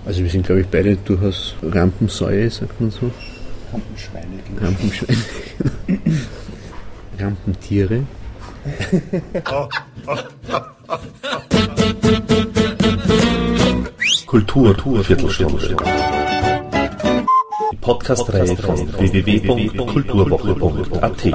Also wir sind, glaube ich, beide durchaus Rampensäue, sagt man so. Rampenschweine. Rampentiere. Kultur-Viertelstunde. Die Podcast-Reihe von www.kulturwoche.at.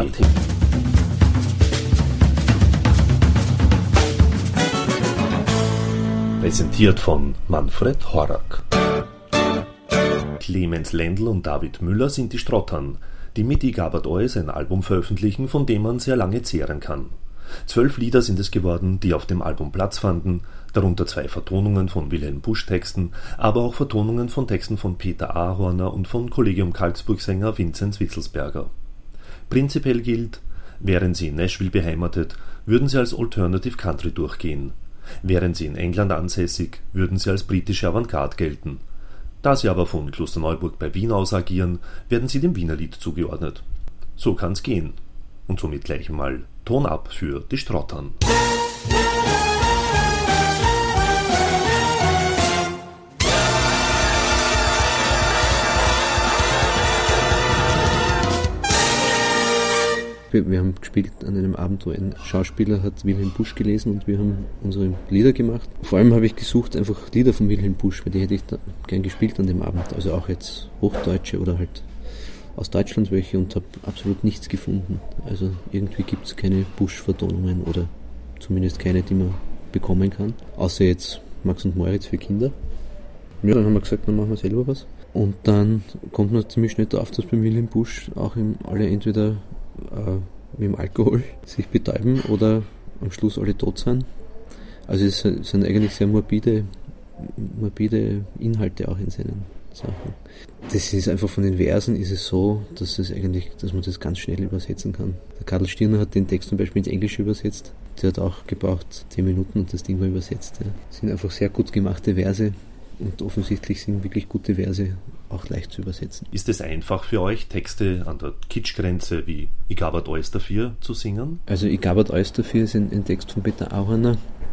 Präsentiert von Manfred Horak. Clemens Lendl und David Müller sind die Strottern, die mit Igabert Ois ein Album veröffentlichen, von dem man sehr lange zehren kann. 12 Lieder sind es geworden, die auf dem Album Platz fanden, darunter 2 Vertonungen von Wilhelm Busch-Texten, aber auch Vertonungen von Texten von Peter Ahorner und von Collegium Karlsburg-Sänger Vinzenz Witzelsberger. Prinzipiell gilt, wären sie in Nashville beheimatet, würden sie als Alternative Country durchgehen. Wären sie in England ansässig, würden sie als britische Avantgarde gelten. Da sie aber von Klosterneuburg bei Wien aus agieren, werden sie dem Wienerlied zugeordnet. So kann's gehen. Und somit gleich mal Ton ab für die Strottern. Wir haben gespielt an einem Abend, wo ein Schauspieler hat Wilhelm Busch gelesen und wir haben unsere Lieder gemacht. Vor allem habe ich gesucht einfach Lieder von Wilhelm Busch, weil die hätte ich da gern gespielt an dem Abend. Also auch jetzt Hochdeutsche oder halt aus Deutschland welche und habe absolut nichts gefunden. Also irgendwie gibt es keine Busch-Vertonungen oder zumindest keine, die man bekommen kann. Außer jetzt Max und Moritz für Kinder. Ja, dann haben wir gesagt, dann machen wir selber was. Und dann kommt man ziemlich schnell drauf, dass beim Wilhelm Busch auch alle entweder mit dem Alkohol sich betäuben oder am Schluss alle tot sind. Also es sind eigentlich sehr morbide Inhalte auch in seinen Sachen. Das ist einfach von den Versen ist es so, dass man das ganz schnell übersetzen kann. Der Karl Stirner hat den Text zum Beispiel ins Englische übersetzt. Der hat auch gebraucht 10 Minuten und das Ding war übersetzt. Ja. Das sind einfach sehr gut gemachte Verse und offensichtlich sind wirklich gute Verse auch leicht zu übersetzen. Ist es einfach für euch, Texte an der Kitschgrenze wie Igabert Ois dafür zu singen? Also Igabert Ois dafür ist ein Text von Peter Ahorner,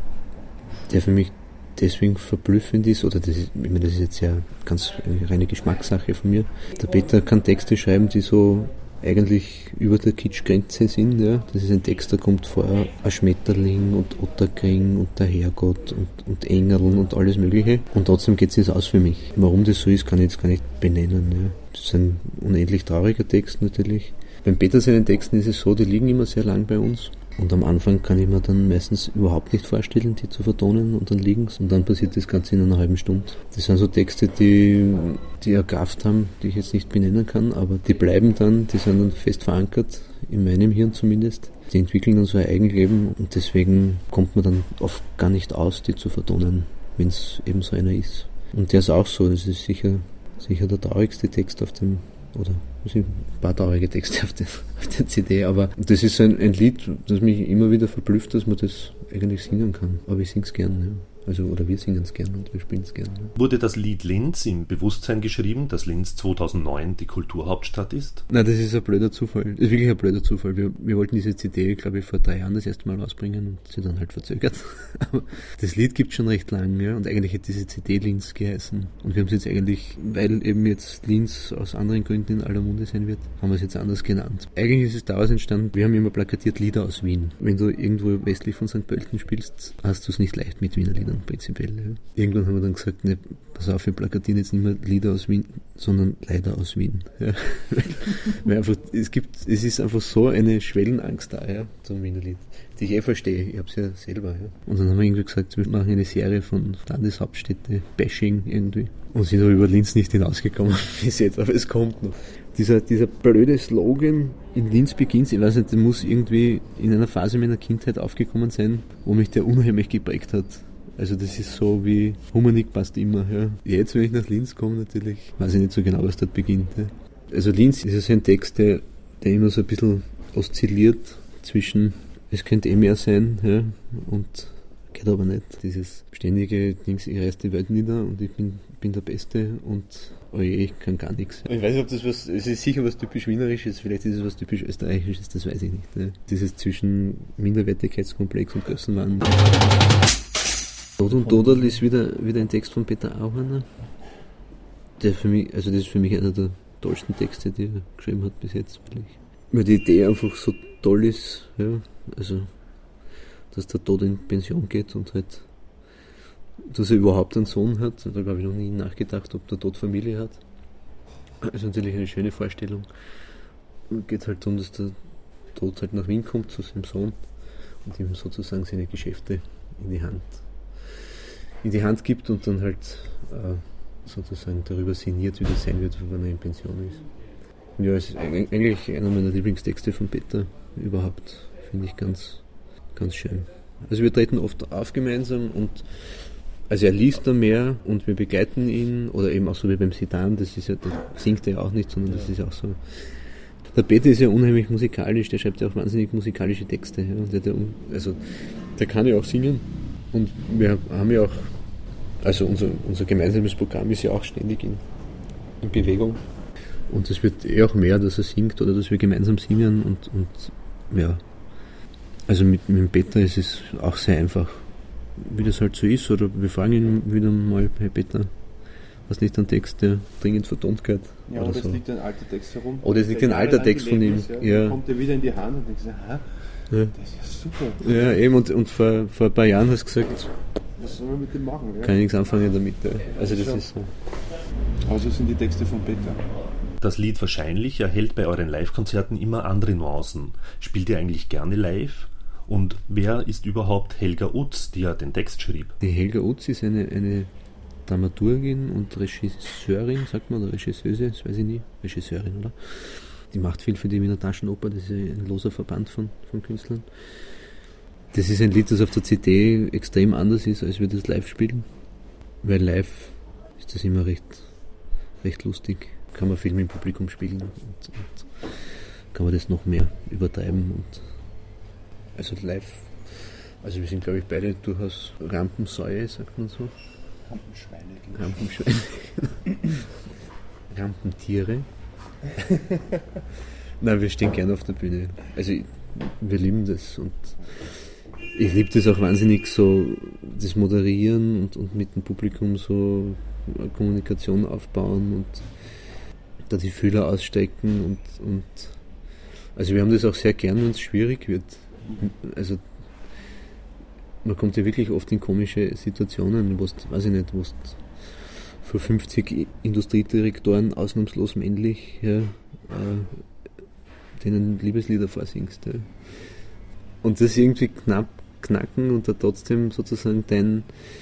der für mich deswegen verblüffend ist, oder das ist jetzt ja ganz eine reine Geschmackssache von mir. Der Peter kann Texte schreiben, die so eigentlich über der Kitschgrenze sind. Ja. Das ist ein Text, da kommt vor ein Schmetterling und Otterkring und der Herrgott und Engeln und alles Mögliche. Und trotzdem geht es aus für mich. Warum das so ist, kann ich jetzt gar nicht benennen. Ja. Das ist ein unendlich trauriger Text natürlich. Beim Peter seinen Texten ist es so, die liegen immer sehr lang bei uns. Und am Anfang kann ich mir dann meistens überhaupt nicht vorstellen, die zu vertonen und dann liegen und dann passiert das Ganze in einer halben Stunde. Das sind so Texte, die eine Kraft haben, die ich jetzt nicht benennen kann, aber die bleiben dann, die sind dann fest verankert, in meinem Hirn zumindest. Die entwickeln dann so ein Eigenleben und deswegen kommt man dann oft gar nicht aus, die zu vertonen, wenn es eben so einer ist. Und der ist auch so, das ist sicher der traurigste Text auf dem, oder es sind ein paar traurige Texte auf der CD, aber das ist ein Lied, das mich immer wieder verblüfft, dass man das eigentlich singen kann. Aber ich singe es gern, ja. Oder wir singen es gern und wir spielen es gern. Ja. Wurde das Lied Linz im Bewusstsein geschrieben, dass Linz 2009 die Kulturhauptstadt ist? Nein, das ist ein blöder Zufall. Das ist wirklich ein blöder Zufall. Wir wollten diese CD, glaube ich, vor 3 Jahren das erste Mal rausbringen und sie dann halt verzögert. Aber das Lied gibt es schon recht lang, ja. Und eigentlich hätte diese CD Linz geheißen. Und wir haben es jetzt eigentlich, weil eben jetzt Linz aus anderen Gründen in aller Munde sein wird, haben wir es jetzt anders genannt. Eigentlich ist es daraus entstanden, wir haben immer plakatiert Lieder aus Wien. Wenn du irgendwo westlich von St. Pölten spielst, hast du es nicht leicht mit Wiener Liedern. Prinzipiell. Ja. Irgendwann haben wir dann gesagt, ne, pass auf, wir plakatieren jetzt nicht mehr Lieder aus Wien, sondern leider aus Wien. Ja. Weil einfach, es ist einfach so eine Schwellenangst da, ja, zum Wiener Lied, die ich verstehe. Ich habe es ja selber. Ja. Und dann haben wir irgendwie gesagt, wir machen eine Serie von Landeshauptstädte, Bashing irgendwie. Und sind aber über Linz nicht hinausgekommen bis jetzt, aber es kommt noch. Dieser blöde Slogan in Linz beginnt, ich weiß nicht, der muss irgendwie in einer Phase meiner Kindheit aufgekommen sein, wo mich der unheimlich geprägt hat. Also das ist so wie Humanik passt immer. Ja. Jetzt, wenn ich nach Linz komme, natürlich weiß ich nicht so genau, was dort beginnt. Ja. Also Linz ist ja so ein Text, der immer so ein bisschen oszilliert zwischen, es könnte mehr sein, ja, und geht aber nicht. Dieses ständige Dings, ich reiß die Welt nieder und ich bin der Beste und oje, ich kann gar nichts. Ich weiß nicht, ob das es ist sicher was typisch Wienerisches, vielleicht ist es was typisch Österreichisches, das weiß ich nicht. Ja. Dieses zwischen Minderwertigkeitskomplex und Größenwahn. Tod und Todel ist wieder ein Text von Peter Ahorner. das ist für mich einer der tollsten Texte, die er geschrieben hat bis jetzt, weil die Idee einfach so toll ist, ja, also dass der Tod in Pension geht und halt, dass er überhaupt einen Sohn hat. Da habe ich noch nie nachgedacht, ob der Tod Familie hat. Das ist natürlich eine schöne Vorstellung. Es geht halt darum, dass der Tod halt nach Wien kommt zu seinem Sohn und ihm sozusagen seine Geschäfte in die Hand gibt und dann halt sozusagen darüber sinniert, wie das sein wird, wenn er in Pension ist. Ja, es ist eigentlich einer meiner Lieblingstexte von Peter überhaupt, finde ich ganz, ganz schön. Also wir treten oft auf gemeinsam und also er liest da mehr und wir begleiten ihn, oder eben auch so wie beim Sidan, das ist ja, da singt er ja auch nicht, sondern das ist auch so. Der Peter ist ja unheimlich musikalisch, der schreibt ja auch wahnsinnig musikalische Texte. Ja, und der kann ja auch singen und wir haben ja auch, also unser gemeinsames Programm ist ja auch ständig in Bewegung. Und es wird auch mehr, dass er singt oder dass wir gemeinsam singen und ja. Also mit dem Peter ist es auch sehr einfach, wie das halt so ist. Oder wir fragen ihn wieder mal, hey Peter, was nicht ein Text, der dringend vertont gehört? Ja, oder es liegt ein alter Text herum. Oder es liegt ein alter Text von ihm. Ja. Dann kommt er wieder in die Hand und denkt sich, das ist ja super. Ja, eben, und vor ein paar Jahren hast du gesagt, was soll man mit dem machen? Ja? Kann ich nichts anfangen damit. Ja. Also das ist so. Aber so sind die Texte von Peter. Das Lied Wahrscheinlich erhält bei euren Live-Konzerten immer andere Nuancen. Spielt ihr eigentlich gerne live? Und wer ist überhaupt Helga Utz, die ja den Text schrieb? Die Helga Utz ist eine Dramaturgin und Regisseurin, sagt man, oder Regisseuse, das weiß ich nie. Regisseurin, oder? Die macht viel für die Wiener Taschenoper, das ist ein loser Verband von Künstlern. Das ist ein Lied, das auf der CD extrem anders ist, als wir das live spielen. Weil live ist das immer recht lustig. Kann man viel mit dem Publikum spielen und kann man das noch mehr übertreiben. Und also live, also wir sind glaube ich beide durchaus Rampensäue, sagt man so. Rampenschweine. Rampentiere. Nein, wir stehen gerne auf der Bühne. Also wir lieben das und ich liebe das auch wahnsinnig, so das Moderieren und mit dem Publikum so eine Kommunikation aufbauen und da die Fühler ausstecken und also wir haben das auch sehr gern, wenn es schwierig wird. Also man kommt ja wirklich oft in komische Situationen, wo du vor 50 Industriedirektoren, ausnahmslos männlich, ja, denen Liebeslieder vorsingst. Ja. Und das irgendwie knacken und da trotzdem sozusagen dein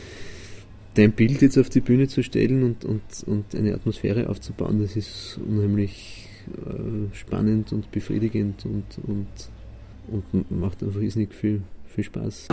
Bild jetzt auf die Bühne zu stellen und eine Atmosphäre aufzubauen, das ist unheimlich spannend und befriedigend und macht einfach riesig viel Spaß.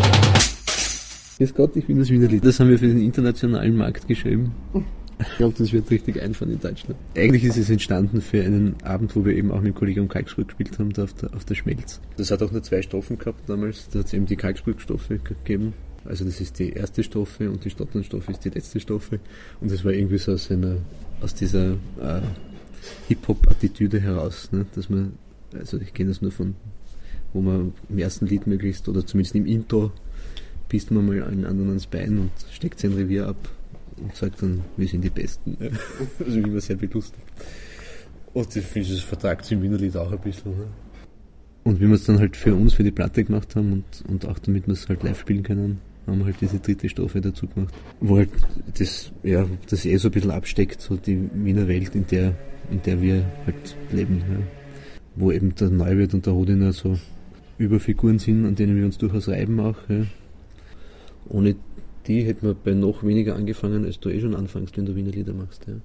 Grüß Gott, ich bin das Wiener Lied. Das haben wir für den internationalen Markt geschrieben. Ich glaube, das wird richtig einfahren in Deutschland. Eigentlich ist es entstanden für einen Abend, wo wir eben auch mit dem Kollegen Kalksburg gespielt haben, da auf der Schmelz. Das hat auch nur 2 Strophen gehabt damals. Da hat es eben die Kalksburg-Strophe gegeben. Also das ist die erste Strophe und die Stottland-Strophe ist die letzte Strophe. Und das war irgendwie so aus dieser Hip-Hop-Attitüde heraus, ne? Dass man, also ich kenne das nur von, wo man im ersten Lied möglichst, oder zumindest im Intro, pisst man mal allen anderen ans Bein und steckt sein Revier ab und sagt dann, wir sind die Besten. Also immer sehr belustigt. Und das vertragt sich im Wiener Lied auch ein bisschen. Ne? Und wie wir es dann halt für uns, für die Platte gemacht haben und auch damit wir es halt live spielen können, haben wir halt diese dritte Strophe dazu gemacht. Wo halt das so ein bisschen absteckt, so die Wiener Welt, in der wir halt leben. Ja. Wo eben der Neuwirth und der Hodiner so Überfiguren sind, an denen wir uns durchaus reiben auch. Ja. Ohne die hätten wir bei noch weniger angefangen, als du schon anfängst, wenn du Wiener Lieder machst. Ja.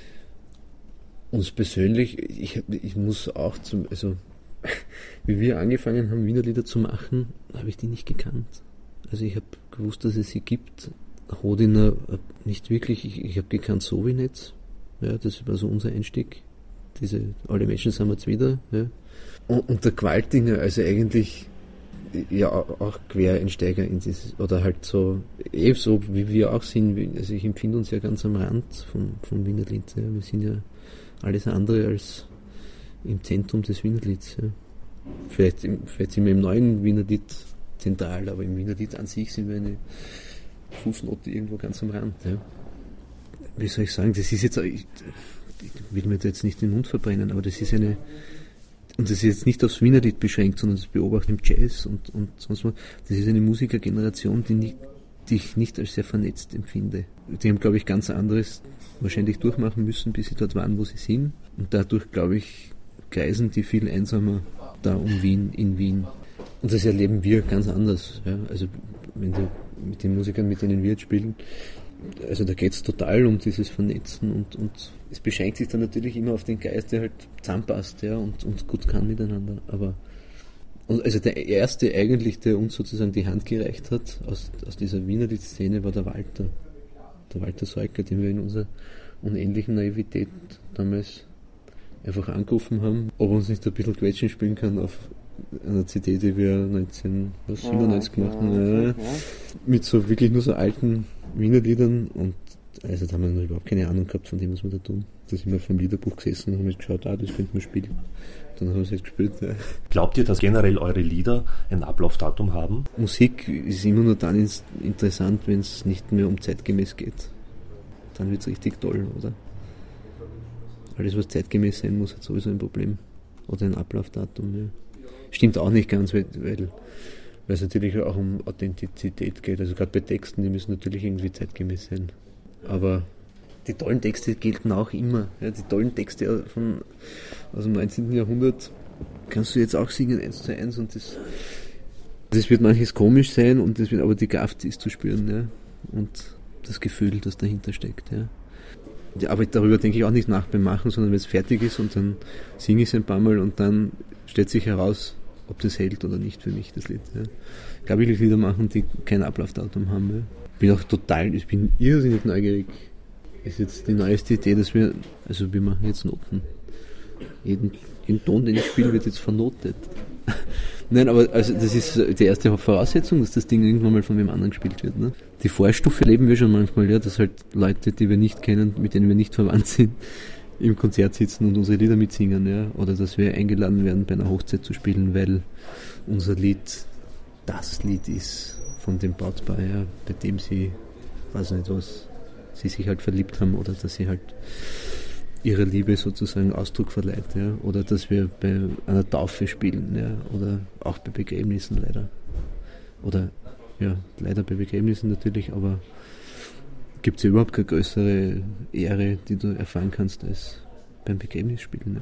Uns persönlich, ich muss auch wie wir angefangen haben, Wiener Lieder zu machen, habe ich die nicht gekannt. Also ich habe gewusst, dass es sie gibt. Hodiner nicht wirklich, ich habe gekannt Sowinetz. Ja, das war so unser Einstieg. Diese Alle Menschen sind wir wieder. Ja. Und der Gwaltinger, also eigentlich ja auch Quereinsteiger in dieses, oder halt so wie wir auch sind, also ich empfinde uns ja ganz am Rand von Wiener Lied. Ja. Wir sind ja alles andere als im Zentrum des Wiener Lieds. Ja. Vielleicht sind wir im neuen Wiener Lied zentral, aber im Wiener Lied an sich sind wir eine Fußnote irgendwo ganz am Rand. Ja. wie soll ich sagen, das ist jetzt, ich will mir da jetzt nicht den Mund verbrennen, aber das ist und das ist jetzt nicht aufs Wienerlied beschränkt, sondern das beobachten im Jazz und sonst was. Das ist eine Musikergeneration, die ich nicht als sehr vernetzt empfinde. Die haben, glaube ich, ganz anderes wahrscheinlich durchmachen müssen, bis sie dort waren, wo sie sind. Und dadurch, glaube ich, kreisen die viel einsamer da in Wien. Und das erleben wir ganz anders. Ja? Also wenn du mit den Musikern, mit denen wir jetzt spielen, also da geht es total um dieses Vernetzen und es beschränkt sich dann natürlich immer auf den Geist, der halt zusammenpasst, ja, und gut kann miteinander. Aber also der erste eigentlich, der uns sozusagen die Hand gereicht hat aus dieser Wiener Szene, war der Walter Seuker, den wir in unserer unendlichen Naivität damals einfach angerufen haben, ob er uns nicht ein bisschen Quetschen spielen kann auf einer CD, die wir 1997 gemacht haben, mit so wirklich nur so alten Wiener Liedern, und also da haben wir noch überhaupt keine Ahnung gehabt von dem, was wir da tun. Da sind wir vor dem Liederbuch gesessen und haben geschaut, das könnten wir spielen. Dann haben wir es jetzt gespielt. Ja. Glaubt ihr, dass generell eure Lieder ein Ablaufdatum haben? Musik ist immer nur dann interessant, wenn es nicht mehr um zeitgemäß geht. Dann wird es richtig toll, oder? Alles, was zeitgemäß sein muss, hat sowieso ein Problem. Oder ein Ablaufdatum. Ja. Stimmt auch nicht ganz, weil es natürlich auch um Authentizität geht. Also gerade bei Texten, die müssen natürlich irgendwie zeitgemäß sein. Aber die tollen Texte gelten auch immer. Ja, die tollen Texte aus dem 19. Jahrhundert kannst du jetzt auch singen, 1:1. Und das wird manches komisch sein, aber die Kraft ist zu spüren. Ja? Und das Gefühl, das dahinter steckt. Ja? Aber darüber denke ich auch nicht nach beim Machen, sondern wenn es fertig ist und dann singe ich es ein paar Mal und dann stellt sich heraus, ob das hält oder nicht für mich, das Lied. Ja. Ich glaube, ich will Lieder machen, die kein Ablaufdatum haben. Ja. Ich bin irrsinnig neugierig. Ist jetzt die neueste Idee, dass wir machen jetzt Noten. Jeden Ton, den ich spiele, wird jetzt vernotet. Nein, aber also das ist die erste Voraussetzung, dass das Ding irgendwann mal von wem anderen gespielt wird. Ne? Die Vorstufe erleben wir schon manchmal, ja, dass halt Leute, die wir nicht kennen, mit denen wir nicht verwandt sind, im Konzert sitzen und unsere Lieder mitsingen, ja, oder dass wir eingeladen werden, bei einer Hochzeit zu spielen, weil unser Lied das Lied ist von dem Brautpaar, ja, bei dem sie, weiß nicht was, sie sich halt verliebt haben oder dass sie halt ihrer Liebe sozusagen Ausdruck verleiht, ja, oder dass wir bei einer Taufe spielen, ja, oder auch bei Begräbnissen leider. Oder, ja, leider bei Begräbnissen natürlich, aber gibt es überhaupt keine größere Ehre, die du erfahren kannst, als beim Begräbnis spielen. Ja.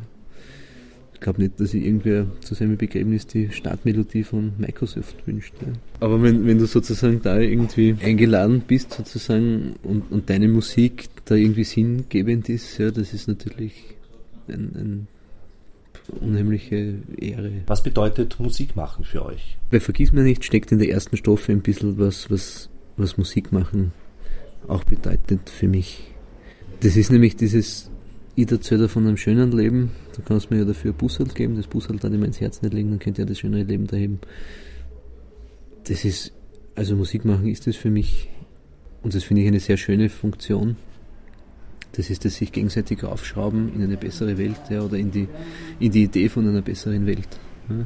Ich glaube nicht, dass sich irgendwer zu seinem Begräbnis die Startmelodie von Microsoft wünscht. Ja. Aber wenn du sozusagen da irgendwie eingeladen bist sozusagen und deine Musik da irgendwie sinngebend ist, ja, das ist natürlich eine unheimliche Ehre. Was bedeutet Musik machen für euch? Bei Vergiss mir nicht steckt in der ersten Strophe ein bisschen was Musik machen auch bedeutet für mich. Das ist nämlich dieses, ich erzähle von einem schönen Leben, du kannst mir ja dafür ein Bussel geben, das Bussel hat ihm ins Herz nicht legen, dann könnt ihr ja das schöne Leben da heben. Das ist, also Musik machen ist das für mich, und das finde ich eine sehr schöne Funktion. Das ist das sich gegenseitig aufschrauben in eine bessere Welt, ja, oder in die Idee von einer besseren Welt. Ja.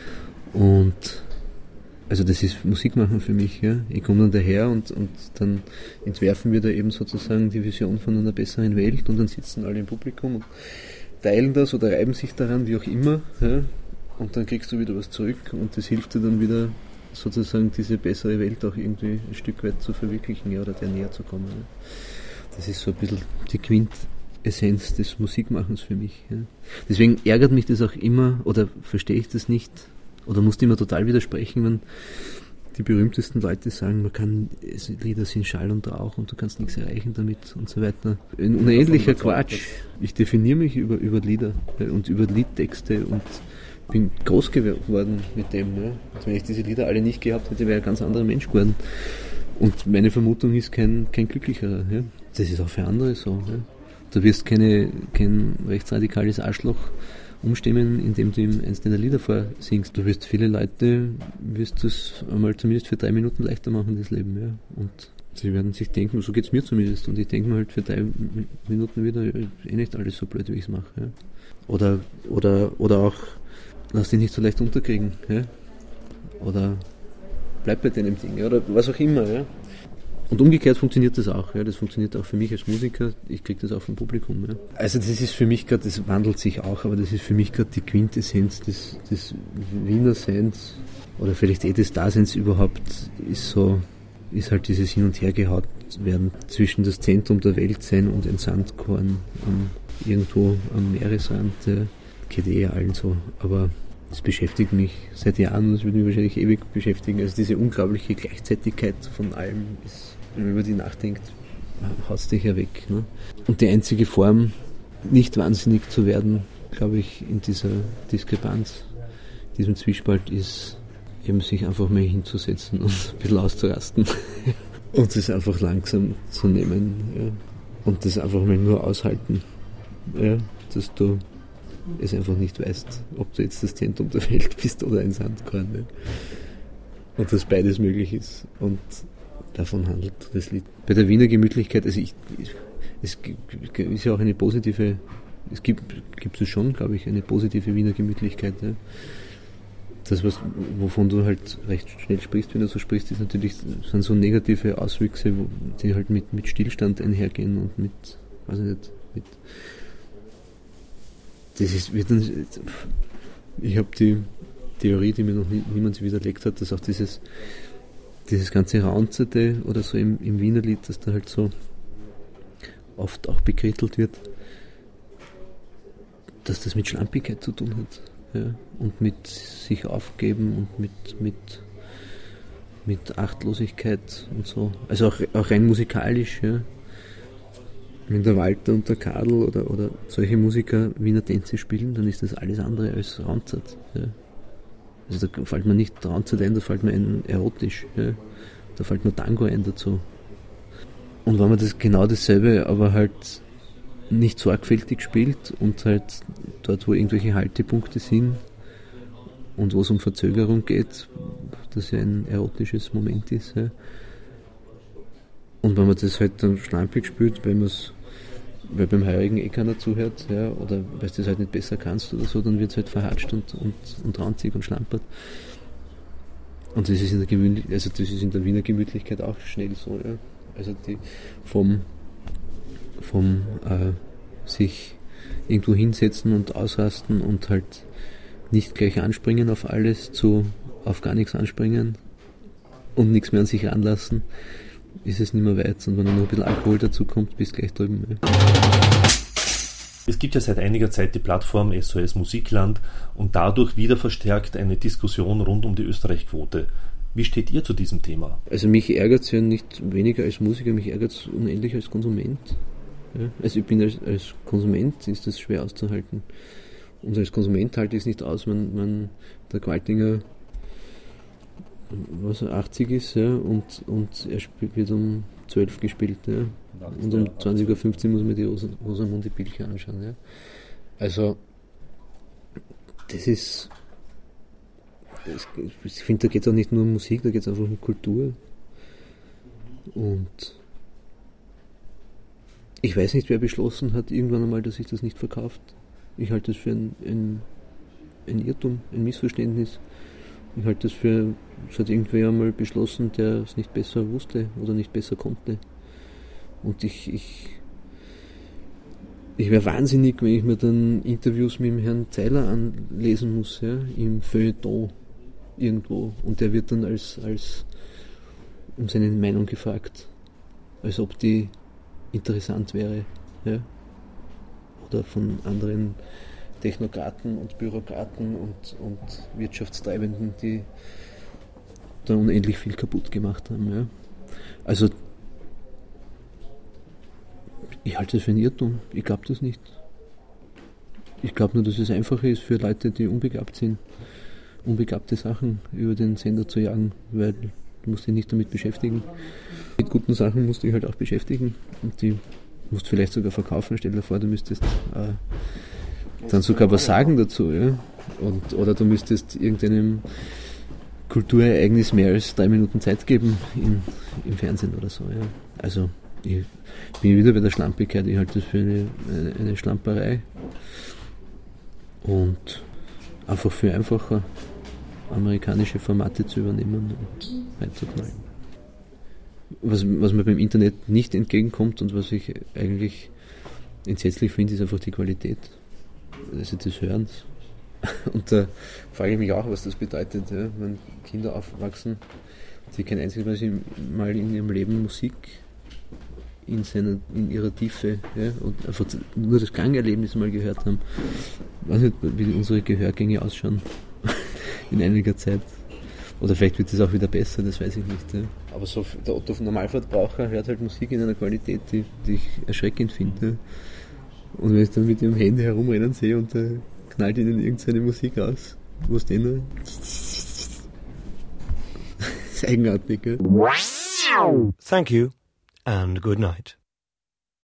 Und also das ist Musik machen für mich. Ja. Ich komme dann daher und dann entwerfen wir da eben sozusagen die Vision von einer besseren Welt und dann sitzen alle im Publikum und teilen das oder reiben sich daran, wie auch immer. Ja. Und dann kriegst du wieder was zurück und das hilft dir dann wieder sozusagen diese bessere Welt auch irgendwie ein Stück weit zu verwirklichen, ja, oder der näher zu kommen. Ja. Das ist so ein bisschen die Quintessenz des Musikmachens für mich. Ja. Deswegen ärgert mich das auch immer oder verstehe ich das nicht. Oder musst immer total widersprechen, wenn die berühmtesten Leute sagen, Lieder sind Schall und Rauch und du kannst nichts erreichen damit und so weiter. Ein unendlicher Quatsch. Ich definiere mich über Lieder und über Liedtexte und bin groß geworden mit dem. Ja. Also wenn ich diese Lieder alle nicht gehabt hätte, wäre ich ein ganz anderer Mensch geworden. Und meine Vermutung ist kein glücklicherer. Ja. Das ist auch für andere so. Ja. Du wirst kein rechtsradikales Arschloch umstimmen, indem du ihm eins deiner Lieder vorsingst. Du wirst viele Leute, das einmal zumindest für 3 Minuten leichter machen, das Leben. Ja. Und sie werden sich denken, so geht es mir zumindest. Und ich denke mir halt für 3 Minuten wieder, nicht alles so blöd, wie ich es mache. Ja. Oder auch, lass dich nicht so leicht unterkriegen. Ja. Oder bleib bei deinem Ding. Ja. Oder was auch immer. Ja. Und umgekehrt funktioniert das auch. Ja. Das funktioniert auch für mich als Musiker. Ich kriege das auch vom Publikum. Ja. Also das ist für mich gerade, das wandelt sich auch, aber das ist für mich gerade die Quintessenz des Wiener Seins oder vielleicht des Daseins überhaupt, ist halt dieses Hin- und Hergehaut werden zwischen das Zentrum der Welt sein und ein Sandkorn irgendwo am Meeresrand. Geht allen so, aber das beschäftigt mich seit Jahren und das würde mich wahrscheinlich ewig beschäftigen. Also diese unglaubliche Gleichzeitigkeit von allem ist, wenn man über die nachdenkt, haust dich ja weg. Ne? Und die einzige Form, nicht wahnsinnig zu werden, glaube ich, in dieser Diskrepanz, diesem Zwiespalt, ist eben sich einfach mal hinzusetzen und ein bisschen auszurasten und das einfach langsam zu nehmen. Ja. Und das einfach mal nur aushalten, ja, dass du es einfach nicht weißt, ob du jetzt das Zentrum der Welt bist oder ein Sandkorn. Ne? Und dass beides möglich ist. Und davon handelt das Lied. Bei der Wiener Gemütlichkeit, also es ist ja auch eine positive, gibt es schon, glaube ich, eine positive Wiener Gemütlichkeit. Ja? Das, wovon du halt recht schnell sprichst, wenn du so sprichst, ist natürlich, sind so negative Auswüchse, die halt mit Stillstand einhergehen und mit, weiß ich nicht, mit ich habe die Theorie, die mir noch niemand widerlegt hat, dass auch dieses ganze Raunzerte oder so im Wiener Lied, dass da halt so oft auch bekrittelt wird, dass das mit Schlampigkeit zu tun hat. Ja, und mit sich aufgeben und mit Achtlosigkeit und so. Also auch rein musikalisch, ja. Wenn der Walter und der Kadel oder solche Musiker Wiener Tänze spielen, dann ist das alles andere als Raunzert. Ja. Also da fällt mir nicht Raunzert ein, da fällt mir ein erotisch. Ja. Da fällt mir Tango ein dazu. Und wenn man das genau dasselbe, aber halt nicht sorgfältig spielt und halt dort, wo irgendwelche Haltepunkte sind und wo es um Verzögerung geht, das ja ein erotisches Moment ist. Ja. Und wenn man das halt dann schlampig spielt, weil beim Heurigen keiner zuhört, ja, oder weil du das halt nicht besser kannst oder so, dann wird es halt verhatscht und ranzig und schlampert. Und das ist in der Wiener Gemütlichkeit auch schnell so. Ja. Also die vom sich irgendwo hinsetzen und ausrasten und halt nicht gleich anspringen auf alles, zu auf gar nichts anspringen und nichts mehr an sich ranlassen, ist es nicht mehr weit. Und wenn dann noch ein bisschen Alkohol dazu kommt, bist du gleich drüben. Ja. Es gibt ja seit einiger Zeit die Plattform SOS Musikland und dadurch wieder verstärkt eine Diskussion rund um die Österreich-Quote. Wie steht ihr zu diesem Thema? Also mich ärgert es ja nicht weniger als Musiker, mich ärgert es unendlich als Konsument. Ja? Also ich bin als Konsument, ist das schwer auszuhalten. Und als Konsument halte ich es nicht aus, wenn der Gewaltinger 80 ist, ja, und er wird um 12 gespielt, ja. Und um 20.15 Uhr muss man die Rosamunde Pilcher anschauen. Ja. Also das ist, ich finde, da geht es auch nicht nur um Musik, da geht es einfach um Kultur. Und ich weiß nicht, wer beschlossen hat irgendwann einmal, dass sich das nicht verkauft. Ich halte das für ein Irrtum, ein Missverständnis. Ich halte das für, es hat irgendwer einmal beschlossen, der es nicht besser wusste oder nicht besser konnte. Und ich wäre wahnsinnig, wenn ich mir dann Interviews mit dem Herrn Zeiler anlesen muss, ja, im Feuilleton irgendwo. Und der wird dann als um seine Meinung gefragt, als ob die interessant wäre. Ja. Oder von anderen Technokraten und Bürokraten und Wirtschaftstreibenden, die da unendlich viel kaputt gemacht haben. Ja. Also ich halte das für ein Irrtum. Ich glaube das nicht. Ich glaube nur, dass es einfacher ist für Leute, die unbegabt sind, unbegabte Sachen über den Sender zu jagen, weil du musst dich nicht damit beschäftigen. Mit guten Sachen musst du dich halt auch beschäftigen und die musst du vielleicht sogar verkaufen. Stell dir vor, du müsstest dann sogar was sagen dazu, ja? Oder du müsstest irgendeinem Kulturereignis mehr als 3 Minuten Zeit geben im Fernsehen oder so. Ja? Also ich bin wieder bei der Schlampigkeit, ich halte das für eine Schlamperei und einfach für einfacher amerikanische Formate zu übernehmen und reinzuknallen. was mir beim Internet nicht entgegenkommt und was ich eigentlich entsetzlich finde, ist einfach die Qualität des Hörens. Und da frage ich mich auch, was das bedeutet, ja, wenn Kinder aufwachsen, die kein einziges Mal in ihrem Leben Musik in ihrer Tiefe, ja, und einfach nur das Klangerlebnis mal gehört haben. Ich weiß nicht, wie unsere Gehörgänge ausschauen in einiger Zeit. Oder vielleicht wird es auch wieder besser, das weiß ich nicht. Ja. Aber so der Otto von Normalverbraucher hört halt Musik in einer Qualität, die ich erschreckend finde. Ja. Und wenn ich dann mit dem Handy herumrennen sehe und knallt ihnen irgendeine Musik raus, wo es denen ist eigenartig. Ja. Thank you and good night.